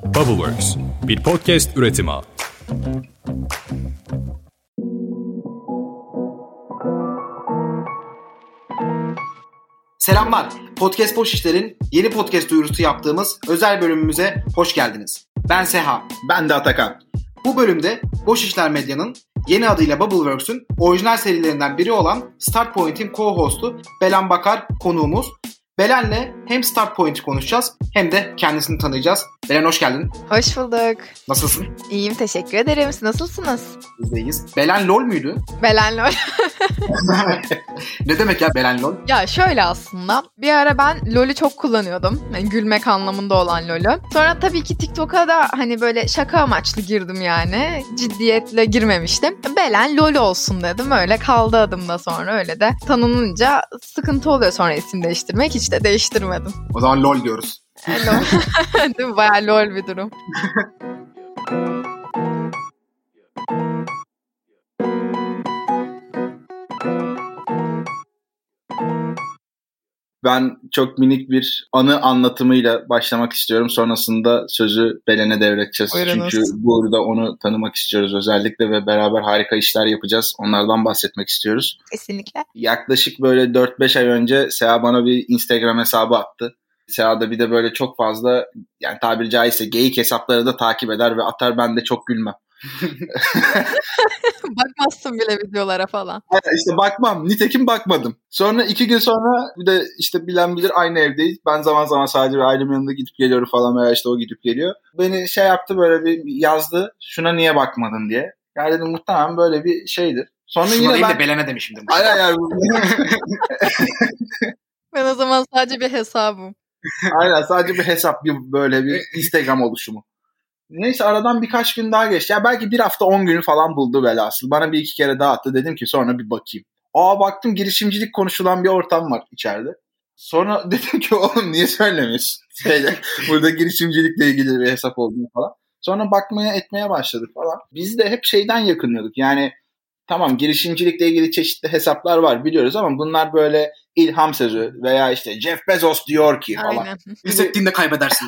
Bubbleworks, bir podcast üretimi. Selamlar. Podcast Boş İşler'in yeni podcast duyurusu yaptığımız özel bölümümüze hoş geldiniz. Ben Seha. Ben de Atakan. Bu bölümde Boş İşler Medya'nın yeni adıyla Bubbleworks'ün orijinal serilerinden biri olan Start Point'in co-host'u Belen Bakar konuğumuz. Belen'le hem Start Point'i konuşacağız hem de kendisini tanıyacağız. Belen hoş geldin. Hoş bulduk. Nasılsın? İyiyim, teşekkür ederim. Siz nasılsınız? Biz de iyiyiz. Belen LOL müydü? Belen LOL. Ne demek ya Belen LOL? Ya şöyle aslında bir ara ben LOL'ü çok kullanıyordum. Yani gülmek anlamında olan LOL'ü. Sonra tabii ki TikTok'a da hani böyle şaka amaçlı girdim yani. Ciddiyetle girmemiştim. Belen LOL olsun dedim. Öyle kaldı adımda sonra öyle de. Tanınınca sıkıntı oluyor sonra isim değiştirmek. Hiç de değiştirmedim. O zaman LOL diyoruz. LOL. Değil mi? Bayağı LOL bir durum. Ben çok minik bir anı anlatımıyla başlamak istiyorum. Sonrasında sözü Belen'e devredeceğiz. Buyurunuz. Çünkü burada onu tanımak istiyoruz özellikle ve beraber harika işler yapacağız. Onlardan bahsetmek istiyoruz. Kesinlikle. Yaklaşık böyle 4-5 ay önce Seha bana bir Instagram hesabı attı. Seha'da bir de böyle çok fazla, yani tabiri caizse geyik hesapları da takip eder ve atar, ben de çok gülmem. Bakmazsın bile videolara falan. İşte bakmam. Nitekim bakmadım. Sonra 2 gün sonra bir de işte bilen bilir aynı evdeyiz. Ben zaman zaman sadece ailemin yanında gidip geliyorum falan veya işte o gidip geliyor. Beni şey yaptı, böyle bir yazdı. Şuna niye bakmadın diye. Yani dedim muhtemelen böyle bir şeydir. Sonra Şuna yine değil ben... de Belen'e demişimdir. Aynen. Ben o zaman sadece bir hesabım. Aynen, sadece bir hesap, böyle bir Instagram oluşumu. Neyse aradan birkaç gün daha geçti. Ya belki bir hafta 10 günü falan buldu velhasıl. Bana bir iki kere daha attı. Dedim ki sonra bir bakayım. Baktım girişimcilik konuşulan bir ortam var içeride. Sonra dedim ki oğlum niye söylemiyorsun? Burada girişimcilikle ilgili bir hesap olduğunu falan. Sonra bakmaya etmeye başladık falan. Biz de hep şeyden yakınıyorduk. Yani tamam, girişimcilikle ilgili çeşitli hesaplar var biliyoruz ama bunlar böyle ilham sözü veya işte Jeff Bezos diyor ki falan. Aynen. Hissettiğinde kaybedersin.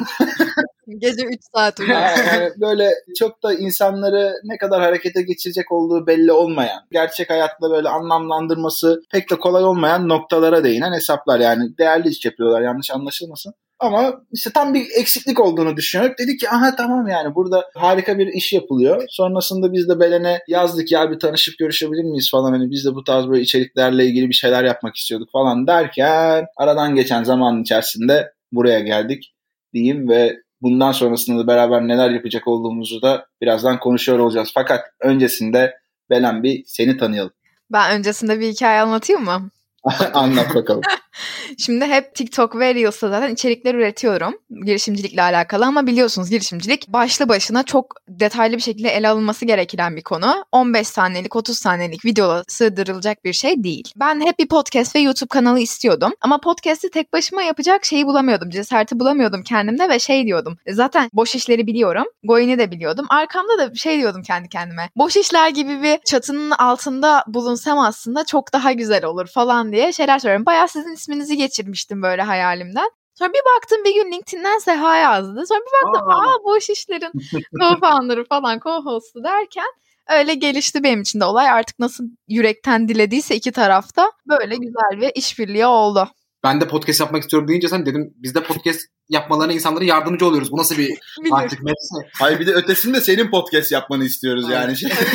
Gece 3 saat uyuyor. Yani böyle çok da insanları ne kadar harekete geçirecek olduğu belli olmayan, gerçek hayatla böyle anlamlandırması pek de kolay olmayan noktalara değinen hesaplar. Yani değerli iş yapıyorlar, yanlış anlaşılmasın. Ama işte tam bir eksiklik olduğunu düşünüyoruz. Dedik ki aha tamam, yani burada harika bir iş yapılıyor. Sonrasında biz de Belen'e yazdık, ya bir tanışıp görüşebilir miyiz falan. Hani biz de bu tarz böyle içeriklerle ilgili bir şeyler yapmak istiyorduk falan derken aradan geçen zamanın içerisinde buraya geldik diyeyim ve bundan sonrasında da beraber neler yapacak olduğumuzu da birazdan konuşuyor olacağız. Fakat öncesinde Belen bir seni tanıyalım. Ben öncesinde bir hikaye anlatayım mı? Anlat bakalım. Şimdi hep TikTok ve Reels'ta zaten içerikler üretiyorum girişimcilikle alakalı ama biliyorsunuz girişimcilik başlı başına çok detaylı bir şekilde ele alınması gereken bir konu. 15 saniyelik 30 saniyelik videola sığdırılacak bir şey değil. Ben hep bir podcast ve YouTube kanalı istiyordum ama podcast'i tek başıma yapacak şeyi bulamıyordum. Cesareti bulamıyordum kendimde ve şey diyordum. Zaten boş işleri biliyorum. Goyin'i de biliyordum. Arkamda da şey diyordum kendi kendime. Boş işler gibi bir çatının altında bulunsam aslında çok daha güzel olur falan diye şeyler söylüyorum. Bayağı sizin isminizi geçirmiştim böyle hayalimden. Sonra bir baktım bir gün LinkedIn'den Seha yazdı. Sonra bir baktım boş işlerin co-founder'ı falan co-host'u derken öyle gelişti benim için de olay. Artık nasıl yürekten dilediyse iki tarafta böyle güzel bir işbirliği oldu. Ben de podcast yapmak istiyorum deyince sen dedim biz de podcast yapmalarına insanlara yardımcı oluyoruz. Bu nasıl bir artık mesele? Hayır, bir de ötesinde senin podcast yapmanı istiyoruz yani.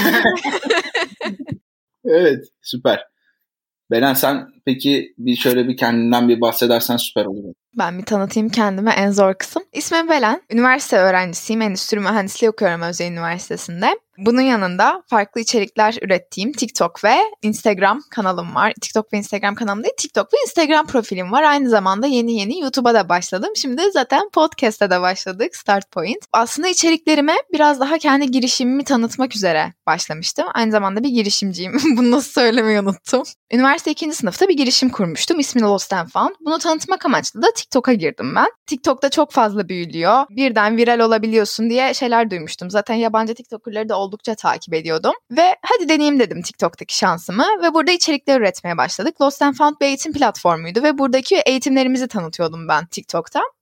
Evet, süper. Belen sen peki şöyle bir kendinden bir bahsedersen süper olur. Ben bir tanıtayım kendime, en zor kısım. İsmim Belen. Üniversite öğrencisiyim. Endüstri mühendisliği okuyorum Özyeğin Üniversitesi'nde. Bunun yanında farklı içerikler ürettiğim TikTok ve Instagram kanalım var. TikTok ve Instagram kanalım değil, TikTok ve Instagram profilim var. Aynı zamanda yeni YouTube'a da başladım. Şimdi zaten podcast'a da başladık, Start Point. Aslında içeriklerime biraz daha kendi girişimimi tanıtmak üzere başlamıştım. Aynı zamanda bir girişimciyim. Bunu nasıl söylemeyi unuttum. Üniversite 2. sınıfta bir girişim kurmuştum. İsmi Lost and Found. Bunu tanıtmak amaçlı da TikTok'a girdim ben. TikTok'ta çok fazla büyülüyor. Birden viral olabiliyorsun diye şeyler duymuştum. Zaten yabancı TikToker'ları da oldukça takip ediyordum. Ve hadi deneyeyim dedim TikTok'taki şansımı. Ve burada içerikler üretmeye başladık. Lost and Found bir eğitim platformuydu ve buradaki eğitimlerimizi tanıtıyordum ben TikTok'ta.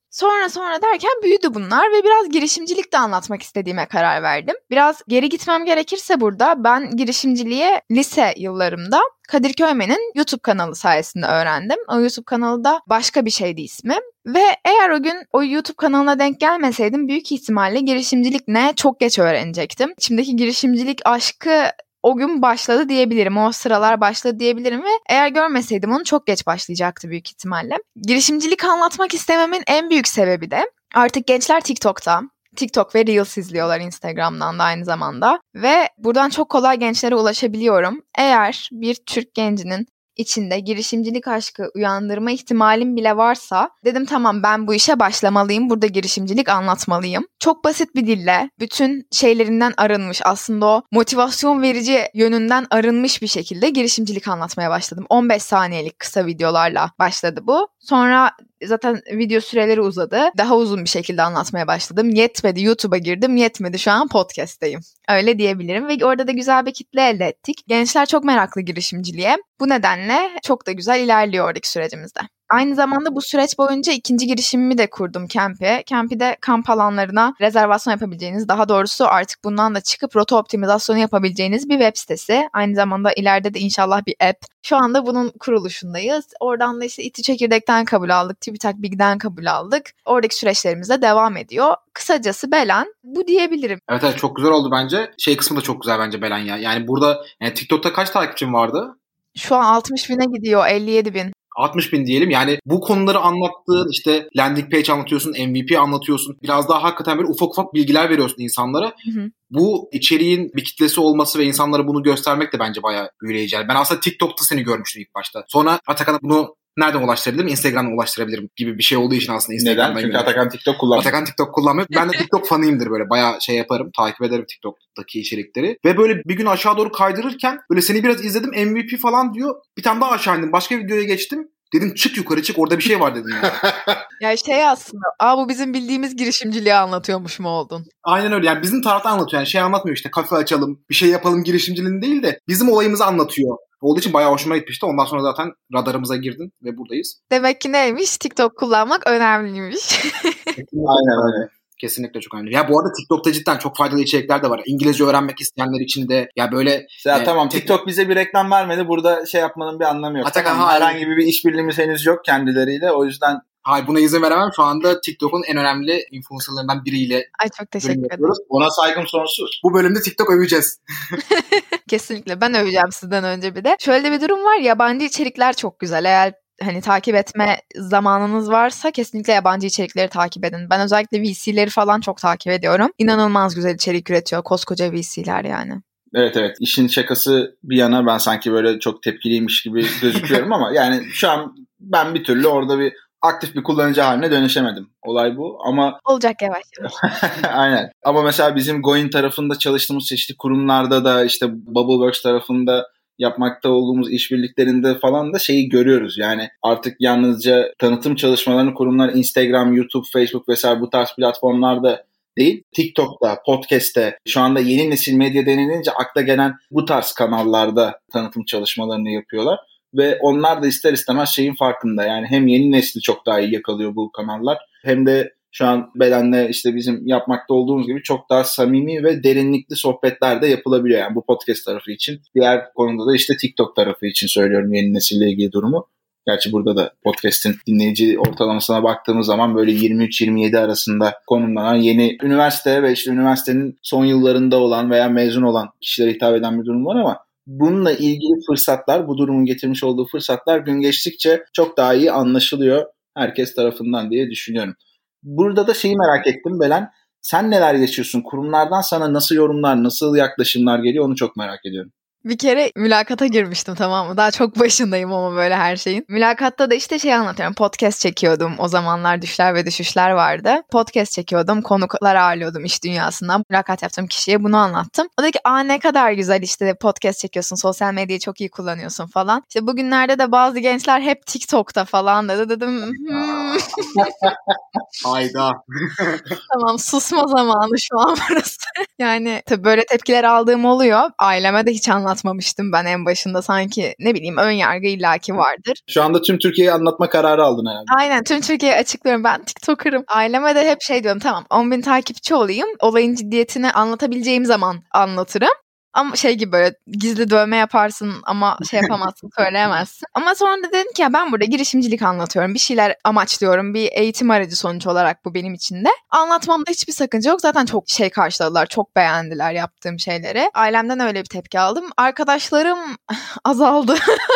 Sonra derken büyüdü bunlar ve biraz girişimcilik de anlatmak istediğime karar verdim. Biraz geri gitmem gerekirse burada ben girişimciliğe lise yıllarımda Kadir Köymen'in YouTube kanalı sayesinde öğrendim. O YouTube kanalı da başka bir şeydi ismi. Ve eğer o gün o YouTube kanalına denk gelmeseydim büyük ihtimalle girişimcilik ne çok geç öğrenecektim. İçimdeki girişimcilik aşkı o gün başladı diyebilirim. O sıralar başladı diyebilirim ve eğer görmeseydim onu çok geç başlayacaktı büyük ihtimalle. Girişimcilik anlatmak istememin en büyük sebebi de artık gençler TikTok'ta. TikTok ve Reels izliyorlar Instagram'dan da aynı zamanda. Ve buradan çok kolay gençlere ulaşabiliyorum. Eğer bir Türk gencinin içinde girişimcilik aşkı uyandırma ihtimalim bile varsa dedim tamam ben bu işe başlamalıyım. Burada girişimcilik anlatmalıyım. Çok basit bir dille bütün şeylerinden arınmış aslında o motivasyon verici yönünden arınmış bir şekilde girişimcilik anlatmaya başladım. 15 saniyelik kısa videolarla başladı bu. Sonra zaten video süreleri uzadı. Daha uzun bir şekilde anlatmaya başladım. Yetmedi YouTube'a girdim. Yetmedi şu an podcast'tayım. Öyle diyebilirim ve orada da güzel bir kitle elde ettik. Gençler çok meraklı girişimciliğe. Bu nedenle çok da güzel ilerliyor oradaki sürecimizde. Aynı zamanda bu süreç boyunca ikinci girişimimi de kurdum Campy. Campy'de kamp alanlarına rezervasyon yapabileceğiniz, daha doğrusu artık bundan da çıkıp rota optimizasyonu yapabileceğiniz bir web sitesi. Aynı zamanda ileride de inşallah bir app. Şu anda bunun kuruluşundayız. Oradan da işte İTÜ Çekirdek'ten kabul aldık, TÜBİTAK Bilgi'den kabul aldık. Oradaki süreçlerimiz de devam ediyor. Kısacası Belen bu diyebilirim. Evet çok güzel oldu bence. Şey kısmı da çok güzel bence Belen ya. Yani burada TikTok'ta kaç takipçin vardı? Şu an 60 bine gidiyor, 57 bin. 60 bin diyelim. Yani bu konuları anlattığın işte landing page anlatıyorsun, MVP anlatıyorsun. Biraz daha hakikaten böyle ufak bilgiler veriyorsun insanlara. Hı. Bu içeriğin bir kitlesi olması ve insanlara bunu göstermek de bence bayağı büyüleyici. Ben aslında TikTok'ta seni görmüştüm ilk başta. Sonra Atakan'a bunu nereden ulaştırabilirim? Instagram'dan ulaştırabilirim gibi bir şey olduğu için aslında Instagram'dan. Neden? Çünkü Atakan TikTok kullanmıyor. Atakan TikTok kullanmıyor. Ben de TikTok fanıyımdır böyle. Bayağı şey yaparım. Takip ederim TikTok'taki içerikleri. Ve böyle bir gün aşağı doğru kaydırırken böyle seni biraz izledim. MVP falan diyor. Bir tane daha aşağı indim. Başka videoya geçtim. Dedim çık yukarı çık orada bir şey var dedim ya. Ya şey aslında bu bizim bildiğimiz girişimciliği anlatıyormuş mu oldun? Aynen öyle yani bizim taraftan anlatıyor yani şey anlatmıyor işte kafe açalım bir şey yapalım girişimciliğini değil de bizim olayımızı anlatıyor. Olduğu için bayağı hoşuma gitmişti ondan sonra zaten radarımıza girdin ve buradayız. Demek ki neymiş TikTok kullanmak önemliymiş. Aynen öyle. Kesinlikle çok önemli. Ya bu arada TikTok'ta cidden çok faydalı içerikler de var. İngilizce öğrenmek isteyenler için de ya böyle... Ya tamam TikTok bize bir reklam vermedi. Burada şey yapmanın bir anlamı yok. Atakan, tamam, herhangi bir işbirliğimiz henüz yok kendileriyle. O yüzden... Hayır buna izin veremem. Şu anda TikTok'un en önemli influencerlarından biriyle... Ay çok teşekkür ederim. Ona saygım sonsuz. Bu bölümde TikTok öveceğiz. Kesinlikle ben öveceğim sizden önce bir de. Şöyle bir durum var yabancı içerikler çok güzel. Eğer hani takip etme zamanınız varsa kesinlikle yabancı içerikleri takip edin. Ben özellikle VC'leri falan çok takip ediyorum. İnanılmaz güzel içerik üretiyor koskoca VC'ler yani. Evet. İşin şakası bir yana ben sanki böyle çok tepkiliymiş gibi gözüküyorum ama yani şu an ben bir türlü orada bir aktif bir kullanıcı haline dönüşemedim. Olay bu ama... Olacak yavaş yavaş. Aynen. Ama mesela bizim Goin tarafında çalıştığımız çeşitli kurumlarda da işte Bubbleworks tarafında yapmakta olduğumuz işbirliklerinde falan da şeyi görüyoruz. Yani artık yalnızca tanıtım çalışmalarını kurumlar Instagram, YouTube, Facebook vesaire bu tarz platformlarda değil, TikTok'ta, podcast'te, şu anda yeni nesil medya denilince akla gelen bu tarz kanallarda tanıtım çalışmalarını yapıyorlar. Ve onlar da ister istemez şeyin farkında. Yani hem yeni nesli çok daha iyi yakalıyor bu kanallar hem de şu an Belen'le işte bizim yapmakta olduğumuz gibi çok daha samimi ve derinlikli sohbetler de yapılabiliyor. Yani bu podcast tarafı için. Diğer konuda da işte TikTok tarafı için söylüyorum yeni nesille ilgili durumu. Gerçi burada da podcast'in dinleyici ortalamasına baktığımız zaman böyle 23-27 arasında konumlanan yeni üniversite ve işte üniversitenin son yıllarında olan veya mezun olan kişilere hitap eden bir durum var ama bununla ilgili fırsatlar, bu durumun getirmiş olduğu fırsatlar gün geçtikçe çok daha iyi anlaşılıyor herkes tarafından diye düşünüyorum. Burada da şeyi merak ettim Belen. Sen neler yaşıyorsun? Kurumlardan sana nasıl yorumlar, nasıl yaklaşımlar geliyor onu çok merak ediyorum. Bir kere mülakata girmiştim tamam mı? Daha çok başındayım ama böyle her şeyin. Mülakatta da işte şey anlatıyorum. Podcast çekiyordum. O zamanlar düşler ve düşüşler vardı. Podcast çekiyordum. Konuklar ağırlıyordum iş dünyasından. Mülakat yaptığım kişiye bunu anlattım. O dedi ki ne kadar güzel işte podcast çekiyorsun. Sosyal medyayı çok iyi kullanıyorsun falan. İşte bugünlerde de bazı gençler hep TikTok'ta falan dedi. Dedim Hayda. Tamam susma zamanı şu an burası. Yani tabii böyle tepkiler aldığım oluyor. Aileme de hiç anlatmadım. anlatmamıştım ben en başında. Sanki ne bileyim ön yargı illaki vardır. Şu anda tüm Türkiye'ye anlatma kararı aldın herhalde. Aynen, tüm Türkiye'ye açıklıyorum, ben TikToker'ım. Aileme de hep şey diyorum, tamam 10.000 takipçi olayım, olayın ciddiyetini anlatabileceğim zaman anlatırım. Ama şey gibi böyle gizli dövme yaparsın ama şey yapamazsın, söyleyemezsin. Ama sonra da dedim ki ya ben burada girişimcilik anlatıyorum. Bir şeyler amaçlıyorum. Bir eğitim aracı sonuç olarak bu benim için de. Anlatmamda hiçbir sakınca yok. Zaten çok şey karşıladılar. Çok beğendiler yaptığım şeyleri. Ailemden öyle bir tepki aldım. Arkadaşlarım azaldı.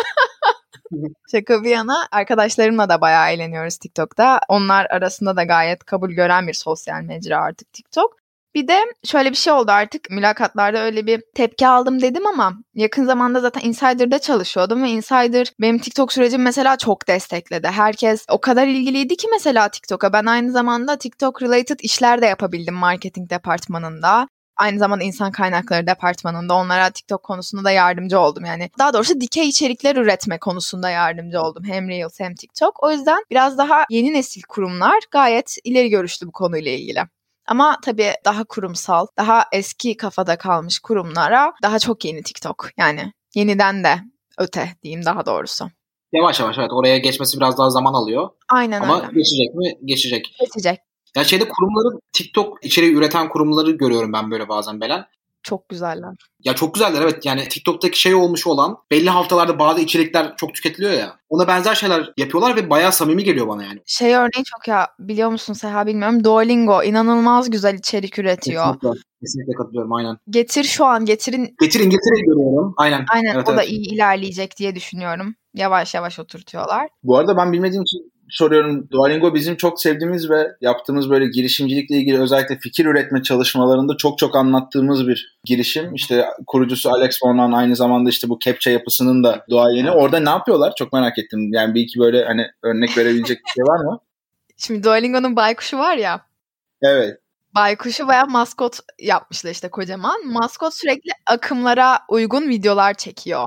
Şaka bir yana, arkadaşlarımla da bayağı eğleniyoruz TikTok'ta. Onlar arasında da gayet kabul gören bir sosyal mecra artık TikTok. Bir de şöyle bir şey oldu, artık mülakatlarda öyle bir tepki aldım dedim ama yakın zamanda zaten Insider'da çalışıyordum ve Insider benim TikTok sürecimi mesela çok destekledi. Herkes o kadar ilgiliydi ki mesela TikTok'a. Ben aynı zamanda TikTok related işler de yapabildim marketing departmanında. Aynı zamanda insan kaynakları departmanında onlara TikTok konusunda da yardımcı oldum. Yani daha doğrusu dikey içerikler üretme konusunda yardımcı oldum. Hem Reels hem TikTok. O yüzden biraz daha yeni nesil kurumlar gayet ileri görüşlü bu konuyla ilgili. Ama tabii daha kurumsal, daha eski kafada kalmış kurumlara daha çok yeni TikTok. Yani yeniden de öte diyeyim daha doğrusu. Yavaş yavaş evet, oraya geçmesi biraz daha zaman alıyor. Aynen ama öyle. Geçecek mi? Geçecek. Geçecek. Ya şeyde kurumları, TikTok içeriği üreten kurumları görüyorum ben böyle bazen Belen. Çok güzeller. Ya çok güzeller evet, yani TikTok'taki şey olmuş olan belli haftalarda bazı içerikler çok tüketiliyor ya. Ona benzer şeyler yapıyorlar ve bayağı samimi geliyor bana yani. Şey örneği çok ya, biliyor musun Seha bilmiyorum, Duolingo inanılmaz güzel içerik üretiyor. Kesinlikle katılıyorum aynen. Getir şu an getirin. Getir İngiltere'yi görüyorum aynen. Aynen evet, o da evet. iyi ilerleyecek diye düşünüyorum. Yavaş yavaş oturtuyorlar. Bu arada ben bilmediğim için soruyorum. Duolingo bizim çok sevdiğimiz ve yaptığımız böyle girişimcilikle ilgili özellikle fikir üretme çalışmalarında çok çok anlattığımız bir girişim. İşte kurucusu Alex Bon'dan aynı zamanda işte bu Captcha yapısının da duayeni. Orada ne yapıyorlar? Çok merak ettim. Yani bir iki böyle hani örnek verebilecek bir şey var mı? Şimdi Duolingo'nun baykuşu var ya. Evet. Baykuşu veya maskot yapmışlar işte kocaman. Maskot sürekli akımlara uygun videolar çekiyor.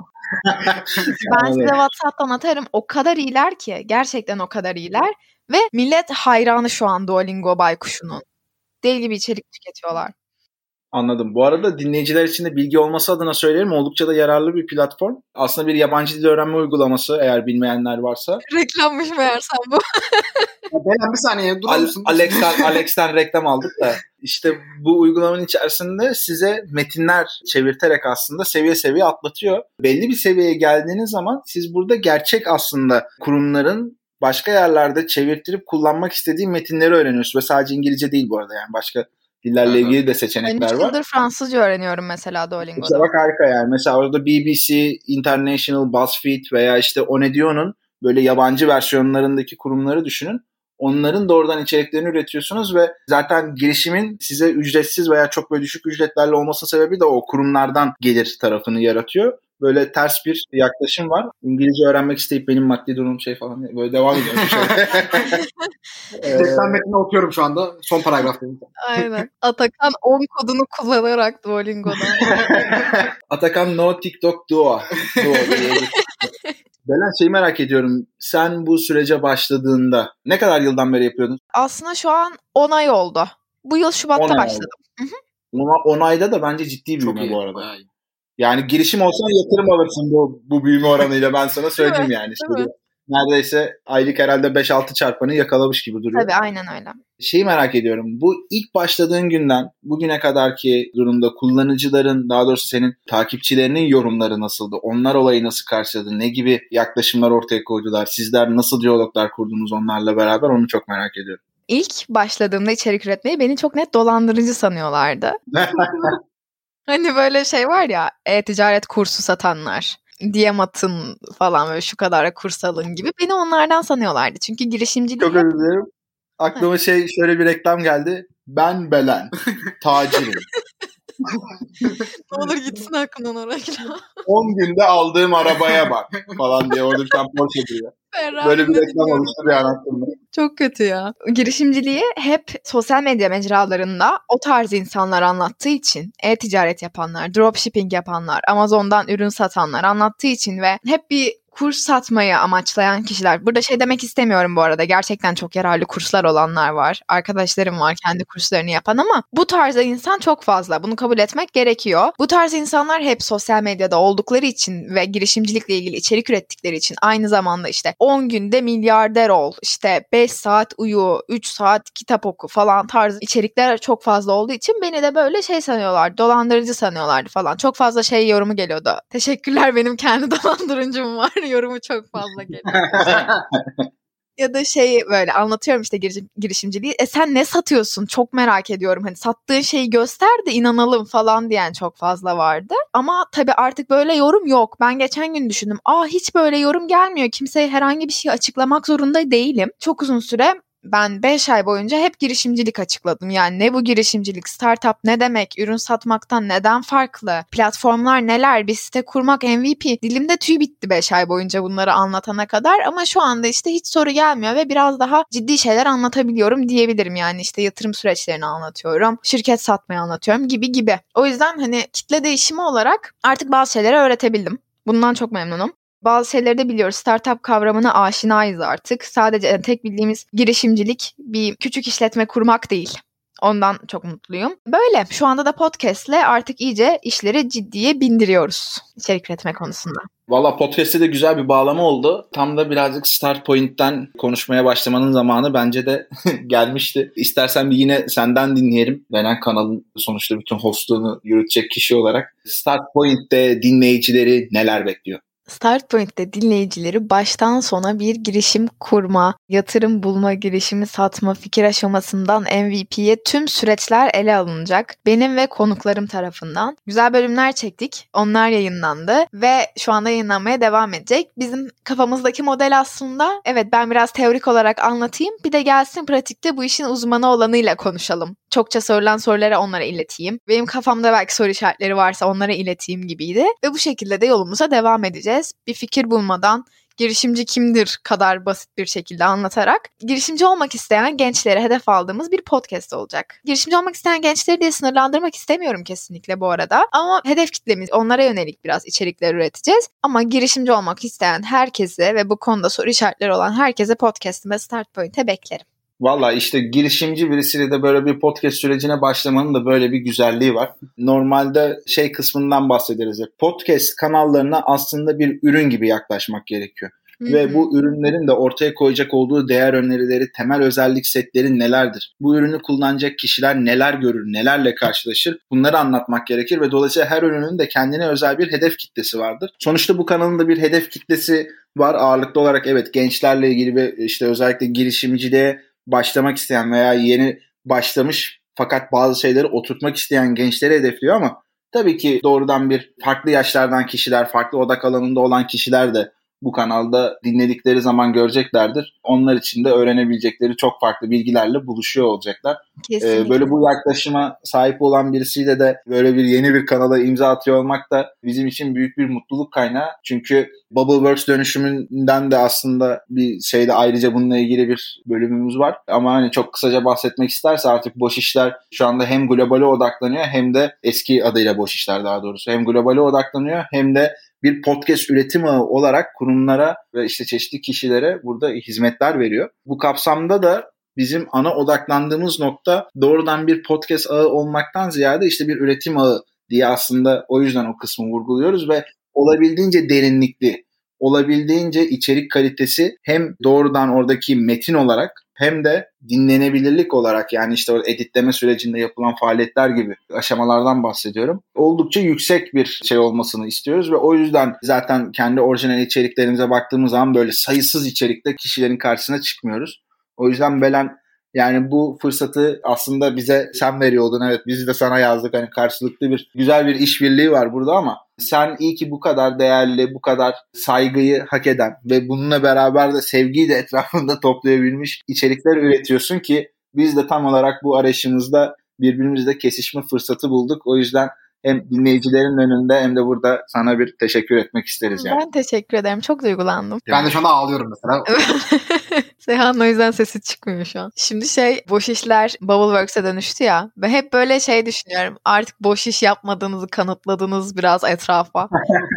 Ben size WhatsApp'tan atarım. O kadar iyiler ki. Gerçekten o kadar iyiler. Ve millet hayranı şu an Duolingo baykuşunun. Deli gibi içerik tüketiyorlar. Anladım. Bu arada dinleyiciler için de bilgi olması adına söyleyelim. Oldukça da yararlı bir platform. Aslında bir yabancı dil öğrenme uygulaması eğer bilmeyenler varsa. Reklammış meğersem bu. Ben bir saniye durur musun? Alex'ten reklam aldık da. İşte bu uygulamanın içerisinde size metinler çevirterek aslında seviye seviye atlatıyor. Belli bir seviyeye geldiğiniz zaman siz burada gerçek aslında kurumların başka yerlerde çevirtirip kullanmak istediği metinleri öğreniyorsunuz. Ve sadece İngilizce değil bu arada, yani başka dillerle ilgili de seçenekler var. Ben 3 yıldır Fransızca öğreniyorum mesela Duolingo'da. İşte bak harika yani. Mesela orada BBC, International, BuzzFeed veya işte Onedio'nun böyle yabancı versiyonlarındaki kurumları düşünün. Onların doğrudan içeriklerini üretiyorsunuz ve zaten girişimin size ücretsiz veya çok böyle düşük ücretlerle olmasının sebebi de o kurumlardan gelir tarafını yaratıyor. Böyle ters bir yaklaşım var. İngilizce öğrenmek isteyip benim maddi durumum şey falan böyle devam ediyorum. Destan metnini okuyorum şu anda. Son paragraftayım. Aynen. Atakan 10 kodunu kullanarak Duolingo'dan. Atakan no TikTok Duo. Belen şeyi merak ediyorum. Sen bu sürece başladığında ne kadar yıldan beri yapıyordun? Aslında şu an 10 ay oldu. Bu yıl Şubat'ta başladım. 10 ayda da bence ciddi büyüme iyi, bu arada. Yani girişim olsan yatırım alırsın bu büyüme oranıyla, ben sana söyleyeyim yani. İşte neredeyse aylık herhalde 5-6 çarpanı yakalamış gibi duruyor. Tabii aynen öyle. Şeyi merak ediyorum. Bu ilk başladığın günden bugüne kadarki durumda kullanıcıların, daha doğrusu senin takipçilerinin yorumları nasıldı? Onlar olayı nasıl karşıladı? Ne gibi yaklaşımlar ortaya koydular? Sizler nasıl diyaloglar kurdunuz onlarla beraber? Onu çok merak ediyorum. İlk başladığımda içerik üretmeyi beni çok net dolandırıcı sanıyorlardı. Hani böyle şey var ya, e-ticaret kursu satanlar. Diyamat'ın falan böyle şu kadar kurs alın gibi. Beni onlardan sanıyorlardı. Çünkü girişimcilik... Çok özür dilerim. Aklıma şöyle bir reklam geldi. Ben Belen. Tacirim. Ne olur gitsin aklından o reklam. 10 günde aldığım arabaya bak falan diye orada bir tane Porsche duruyor. Böyle bir reklam oluştu bir an aklımda. Çok kötü ya. Girişimciliği hep sosyal medya mecralarında o tarz insanlar anlattığı için, e-ticaret yapanlar, dropshipping yapanlar, Amazon'dan ürün satanlar anlattığı için ve hep bir kurs satmayı amaçlayan kişiler. Burada şey demek istemiyorum bu arada. Gerçekten çok yararlı kurslar olanlar var. Arkadaşlarım var kendi kurslarını yapan ama bu tarzda insan çok fazla. Bunu kabul etmek gerekiyor. Bu tarz insanlar hep sosyal medyada oldukları için ve girişimcilikle ilgili içerik ürettikleri için aynı zamanda işte 10 günde milyarder ol, işte 5 saat uyu, 3 saat kitap oku falan tarz içerikler çok fazla olduğu için beni de böyle şey sanıyorlar, dolandırıcı sanıyorlardı falan. Çok fazla şey yorumu geliyordu. Teşekkürler, benim kendi dolandırıcım var. Yorumu çok fazla geliyor. Ya da şey böyle anlatıyorum işte girişimciliği. Sen ne satıyorsun? Çok merak ediyorum. Hani sattığın şeyi göster de inanalım falan diyen çok fazla vardı. Ama tabii artık böyle yorum yok. Ben geçen gün düşündüm. Hiç böyle yorum gelmiyor. Kimseye herhangi bir şey açıklamak zorunda değilim. Çok uzun süre ben 5 ay boyunca hep girişimcilik açıkladım. Yani ne bu girişimcilik, startup ne demek, ürün satmaktan neden farklı, platformlar neler, bir site kurmak, MVP. Dilimde tüy bitti 5 ay boyunca bunları anlatana kadar ama şu anda işte hiç soru gelmiyor ve biraz daha ciddi şeyler anlatabiliyorum diyebilirim. Yani işte yatırım süreçlerini anlatıyorum, şirket satmayı anlatıyorum gibi. O yüzden hani kitle değişimi olarak artık bazı şeyleri öğretebildim. Bundan çok memnunum. Bazı şeyleri de biliyoruz. Startup kavramına aşinayız artık. Sadece tek bildiğimiz girişimcilik bir küçük işletme kurmak değil. Ondan çok mutluyum. Böyle şu anda da podcast'le artık iyice işleri ciddiye bindiriyoruz içerik üretme konusunda. Valla podcast'te de güzel bir bağlama oldu. Tam da birazcık Start Point'ten konuşmaya başlamanın zamanı bence de gelmişti. İstersen bir yine senden dinleyelim. Belen kanalın sonuçta bütün hostluğunu yürütecek kişi olarak. Start Point'te dinleyicileri neler bekliyor? Start Point'te dinleyicileri baştan sona bir girişim kurma, yatırım bulma, girişimi satma, fikir aşamasından MVP'ye tüm süreçler ele alınacak. Benim ve konuklarım tarafından. Güzel bölümler çektik. Onlar yayınlandı ve şu anda yayınlanmaya devam edecek. Bizim kafamızdaki model aslında, evet ben biraz teorik olarak anlatayım. Bir de gelsin pratikte bu işin uzmanı olanıyla konuşalım. Çokça sorulan soruları onlara ileteyim. Benim kafamda belki soru işaretleri varsa onlara ileteyim gibiydi. Ve bu şekilde de yolumuza devam edeceğiz. Bir fikir bulmadan girişimci kimdir kadar basit bir şekilde anlatarak girişimci olmak isteyen gençlere hedef aldığımız bir podcast olacak. Girişimci olmak isteyen gençleri diye sınırlandırmak istemiyorum kesinlikle bu arada. Ama hedef kitlemiz, onlara yönelik biraz içerikler üreteceğiz. Ama girişimci olmak isteyen herkese ve bu konuda soru işaretleri olan herkese podcast'ime Start Point'e beklerim. Valla işte girişimci birisiyle de böyle bir podcast sürecine başlamanın da böyle bir güzelliği var. Normalde şey kısmından bahsederiz hep. Podcast kanallarına aslında bir ürün gibi yaklaşmak gerekiyor. Ve bu ürünlerin de ortaya koyacak olduğu değer önerileri, temel özellik setleri nelerdir? Bu ürünü kullanacak kişiler neler görür, nelerle karşılaşır? Bunları anlatmak gerekir ve dolayısıyla her ürünün de kendine özel bir hedef kitlesi vardır. Sonuçta bu kanalın da bir hedef kitlesi var. Ağırlıklı olarak evet gençlerle ilgili ve işte özellikle girişimciliğe başlamak isteyen veya yeni başlamış fakat bazı şeyleri oturtmak isteyen gençleri hedefliyor ama tabii ki doğrudan bir farklı yaşlardan kişiler, farklı odak alanında olan kişiler de bu kanalda dinledikleri zaman göreceklerdir. Onlar için de öğrenebilecekleri çok farklı bilgilerle buluşuyor olacaklar. Böyle bu yaklaşıma sahip olan birisiyle de böyle bir yeni bir kanala imza atıyor olmak da bizim için büyük bir mutluluk kaynağı. Çünkü Bubbleworks dönüşümünden de aslında bir şeyde ayrıca bununla ilgili bir bölümümüz var. Ama hani çok kısaca bahsetmek isterse artık Boş İşler şu anda hem globale odaklanıyor hem de eski adıyla Boş İşler daha doğrusu hem globale odaklanıyor hem de bir podcast üretim ağı olarak kurumlara ve işte çeşitli kişilere burada hizmetler veriyor. Bu kapsamda da bizim ana odaklandığımız nokta doğrudan bir podcast ağı olmaktan ziyade işte bir üretim ağı diye aslında o yüzden o kısmı vurguluyoruz ve olabildiğince derinlikli, olabildiğince içerik kalitesi hem doğrudan oradaki metin olarak hem de dinlenebilirlik olarak yani işte o editleme sürecinde yapılan faaliyetler gibi aşamalardan bahsediyorum. Oldukça yüksek bir şey olmasını istiyoruz ve o yüzden zaten kendi orijinal içeriklerimize baktığımız zaman böyle sayısız içerikte kişilerin karşısına çıkmıyoruz. O yüzden Belen yani bu fırsatı aslında bize sen veriyordun. Evet biz de sana yazdık. Hani karşılıklı bir güzel bir işbirliği var burada ama sen iyi ki bu kadar değerli, bu kadar saygıyı hak eden ve bununla beraber de sevgiyi de etrafında toplayabilmiş içerikler üretiyorsun ki biz de tam olarak bu arayışımızda birbirimizle kesişme fırsatı bulduk. O yüzden hem dinleyicilerin önünde hem de burada sana bir teşekkür etmek isteriz yani. Ben teşekkür ederim. Çok duygulandım. Ben de şu anda ağlıyorum mesela. Seyhan'ın o yüzden sesi çıkmıyor şu an. Şimdi boş işler Bubbleworks'e dönüştü ya. Ve hep böyle düşünüyorum. Artık boş iş yapmadığınızı kanıtladınız biraz etrafa.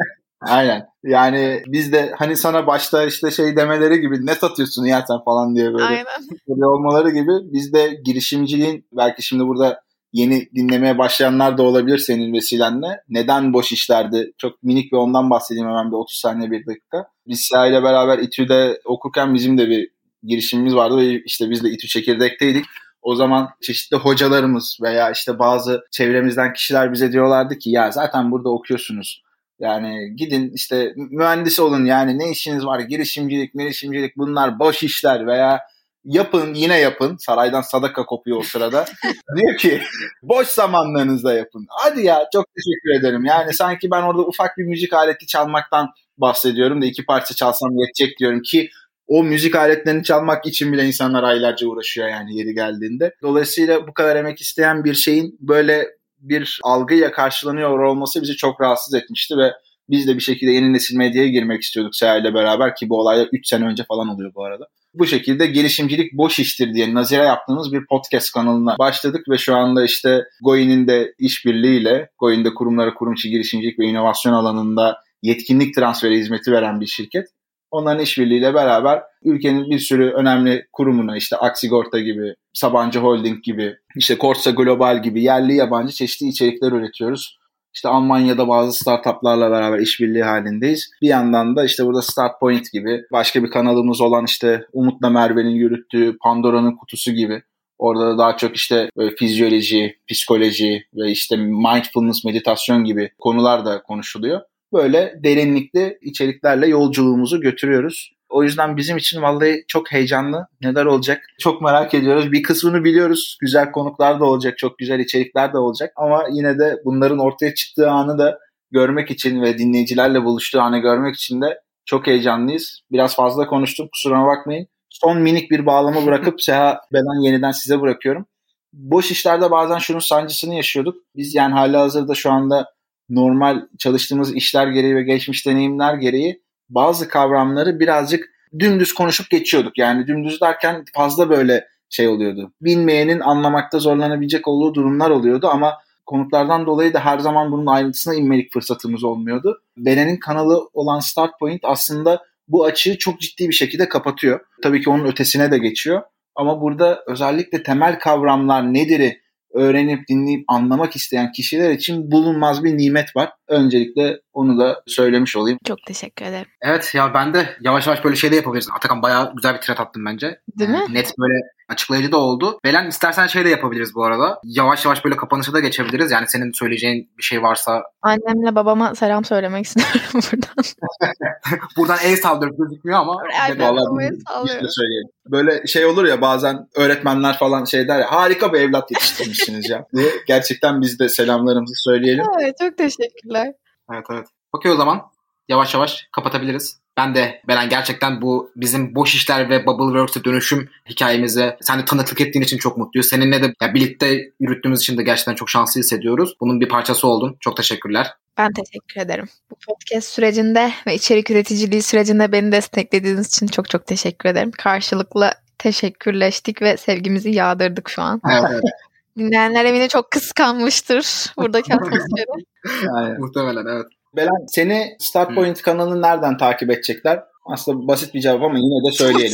Aynen. Yani biz de hani sana başta işte demeleri gibi ne satıyorsun ya sen falan diye böyle Aynen. olmaları gibi biz de girişimciliğin belki şimdi burada yeni dinlemeye başlayanlar da olabilir senin vesilenle. Neden boş işlerdi? Çok minik bir ondan bahsedeyim hemen bir 30 saniye bir dakika. Biz Siyah ile beraber İTÜ'de okurken bizim de bir girişimimiz vardı ve işte biz de İTÜ çekirdekteydik. O zaman çeşitli hocalarımız veya işte bazı çevremizden kişiler bize diyorlardı ki ya zaten burada okuyorsunuz. Yani gidin işte mühendis olun yani ne işiniz var girişimcilik bunlar boş işler veya yapın yine yapın. Saraydan sadaka kopuyor o sırada. Diyor ki boş zamanlarınızda yapın. Hadi ya çok teşekkür ederim. Yani sanki ben orada ufak bir müzik aleti çalmaktan bahsediyorum da 2 parça çalsam yetecek diyorum ki o müzik aletlerini çalmak için bile insanlar aylarca uğraşıyor yani yeri geldiğinde. Dolayısıyla bu kadar emek isteyen bir şeyin böyle bir algıyla karşılanıyor olması bizi çok rahatsız etmişti ve biz de bir şekilde yeni nesil medyaya girmek istiyorduk Seher ile beraber ki bu olaylar 3 sene önce falan oluyor bu arada. Bu şekilde girişimcilik boş iştir diye nazire yaptığımız bir podcast kanalına başladık ve şu anda işte Goin'in de işbirliğiyle Goin'de kurumlara kurum içi girişimcilik ve inovasyon alanında yetkinlik transferi hizmeti veren bir şirket. Onların işbirliğiyle beraber ülkenin bir sürü önemli kurumuna işte Aksigorta gibi, Sabancı Holding gibi, işte Corsa Global gibi yerli yabancı çeşitli içerikler üretiyoruz. İşte Almanya'da bazı startuplarla beraber işbirliği halindeyiz. Bir yandan da işte burada Start Point gibi başka bir kanalımız olan işte Umut'la Merve'nin yürüttüğü Pandora'nın Kutusu gibi. Orada da daha çok işte böyle fizyoloji, psikoloji ve işte mindfulness, meditasyon gibi konular da konuşuluyor. Böyle derinlikli içeriklerle yolculuğumuzu götürüyoruz. O yüzden bizim için vallahi çok heyecanlı. Neler olacak? Çok merak ediyoruz. Bir kısmını biliyoruz. Güzel konuklar da olacak. Çok güzel içerikler de olacak. Ama yine de bunların ortaya çıktığı anı da görmek için ve dinleyicilerle buluştuğu anı görmek için de çok heyecanlıyız. Biraz fazla konuştum. Kusuruma bakmayın. Son minik bir bağlama bırakıp Seha ben yeniden size bırakıyorum. Boş işlerde bazen şunun sancısını yaşıyorduk. Biz yani halihazırda şu anda normal çalıştığımız işler gereği ve geçmiş deneyimler gereği bazı kavramları birazcık dümdüz konuşup geçiyorduk. Yani dümdüz derken fazla böyle oluyordu. Bilmeyenin anlamakta zorlanabilecek olduğu durumlar oluyordu ama konuklardan dolayı da her zaman bunun ayrıntısına inmelik fırsatımız olmuyordu. Belen'in kanalı olan Start Point aslında bu açığı çok ciddi bir şekilde kapatıyor. Tabii ki onun ötesine de geçiyor. Ama burada özellikle temel kavramlar nedir'i öğrenip dinleyip anlamak isteyen kişiler için bulunmaz bir nimet var. Öncelikle onu da söylemiş olayım. Çok teşekkür ederim. Evet ya ben de yavaş yavaş böyle de yapabiliriz. Atakan bayağı güzel bir thread attın bence. Değil mi? Net böyle açıklayıcı da oldu. Belen istersen de yapabiliriz bu arada. Yavaş yavaş böyle kapanışa da geçebiliriz. Yani senin söyleyeceğin bir şey varsa. Annemle babama selam söylemek istiyorum buradan. Buradan el sallıyoruz gözükmüyor ama. Vallahi bir söyleyeyim. Böyle olur ya bazen öğretmenler falan der ya harika bir evlat yetiştirmişsiniz ya diye. Gerçekten biz de selamlarımızı söyleyelim. Evet çok teşekkürler. Evet. Okey o zaman yavaş yavaş kapatabiliriz. Ben de Belen gerçekten bu bizim boş işler ve Bubbleworks'e dönüşüm hikayemize sen de tanıklık ettiğin için çok mutluyuz. Seninle de birlikte yürüttüğümüz için de gerçekten çok şanslı hissediyoruz. Bunun bir parçası oldun. Çok teşekkürler. Ben teşekkür ederim. Bu podcast sürecinde ve içerik üreticiliği sürecinde beni desteklediğiniz için çok çok teşekkür ederim. Karşılıklı teşekkürleştik ve sevgimizi yağdırdık şu an. Evet. Dinleyenler eminim çok kıskanmıştır buradaki atmosferi. Muhtemelen evet. Belen seni Start Point kanalını nereden takip edecekler? Aslında basit bir cevap ama yine de söyleyelim.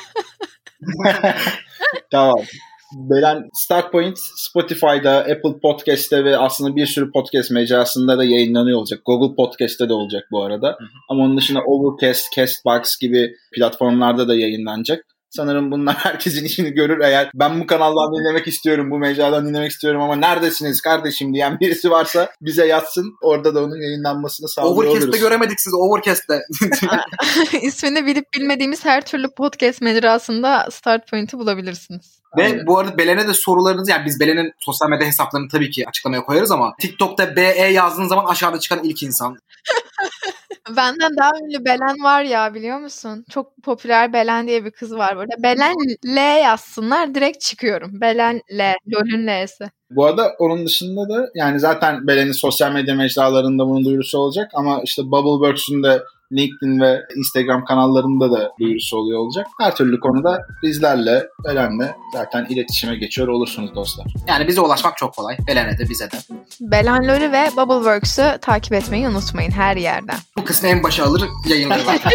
Tamam. Belen Start Point Spotify'da, Apple Podcast'te ve aslında bir sürü podcast mecrasında da yayınlanıyor olacak. Google Podcast'te de olacak bu arada. Hı hı. Ama onun dışında Overcast, Castbox gibi platformlarda da yayınlanacak. Sanırım bunlar herkesin işini görür. Eğer ben bu kanaldan dinlemek istiyorum, bu mecradan dinlemek istiyorum ama neredesiniz kardeşim diyen birisi varsa bize yazsın. Orada da onun yayınlanmasını sağlıyor oluruz. Overcast'te göremedik sizi. Overcast'te. İsmini bilip bilmediğimiz her türlü podcast mecrasında Start Point'i bulabilirsiniz. Ve aynen. Bu arada Belen'e de sorularınızı yani biz Belen'in sosyal medya hesaplarını tabii ki açıklamaya koyarız ama TikTok'ta BE yazdığınız zaman aşağıda çıkan ilk insan. Benden daha ünlü Belen var ya, biliyor musun? Çok popüler Belen diye bir kız var burada. Belen L yazsınlar, direkt çıkıyorum. Belen L. LOL'ün L'si. Bu arada onun dışında da yani zaten Belen'in sosyal medya mecralarında bunun duyurusu olacak ama işte Bubbleworks'ün de LinkedIn ve Instagram kanallarında da duyurusu oluyor olacak. Her türlü konuda bizlerle, Belen'le zaten iletişime geçiyor olursunuz dostlar. Yani bize ulaşmak çok kolay. Belen'e de bize de. Belen LOL'ü ve Bubbleworks'ü takip etmeyi unutmayın her yerden. Bu kısmı en başa alır yayınları zaten.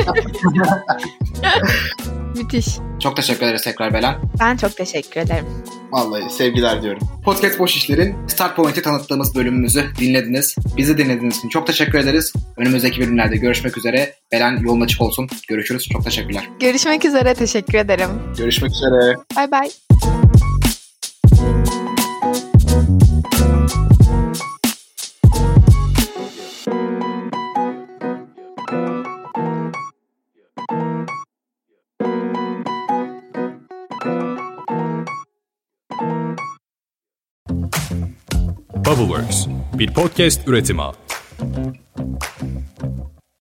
Müthiş. Çok teşekkür ederiz tekrar Belen. Ben çok teşekkür ederim. Vallahi sevgiler diyorum. Podcast Boş İşler'in Start Point'i tanıttığımız bölümümüzü dinlediniz. Bizi dinlediğiniz için çok teşekkür ederiz. Önümüzdeki bölümlerde görüşmek üzere. Belen yolun açık olsun. Görüşürüz. Çok teşekkürler. Görüşmek üzere. Teşekkür ederim. Görüşmek üzere. Bay bay. Bubbleworks bir podcast üretimi.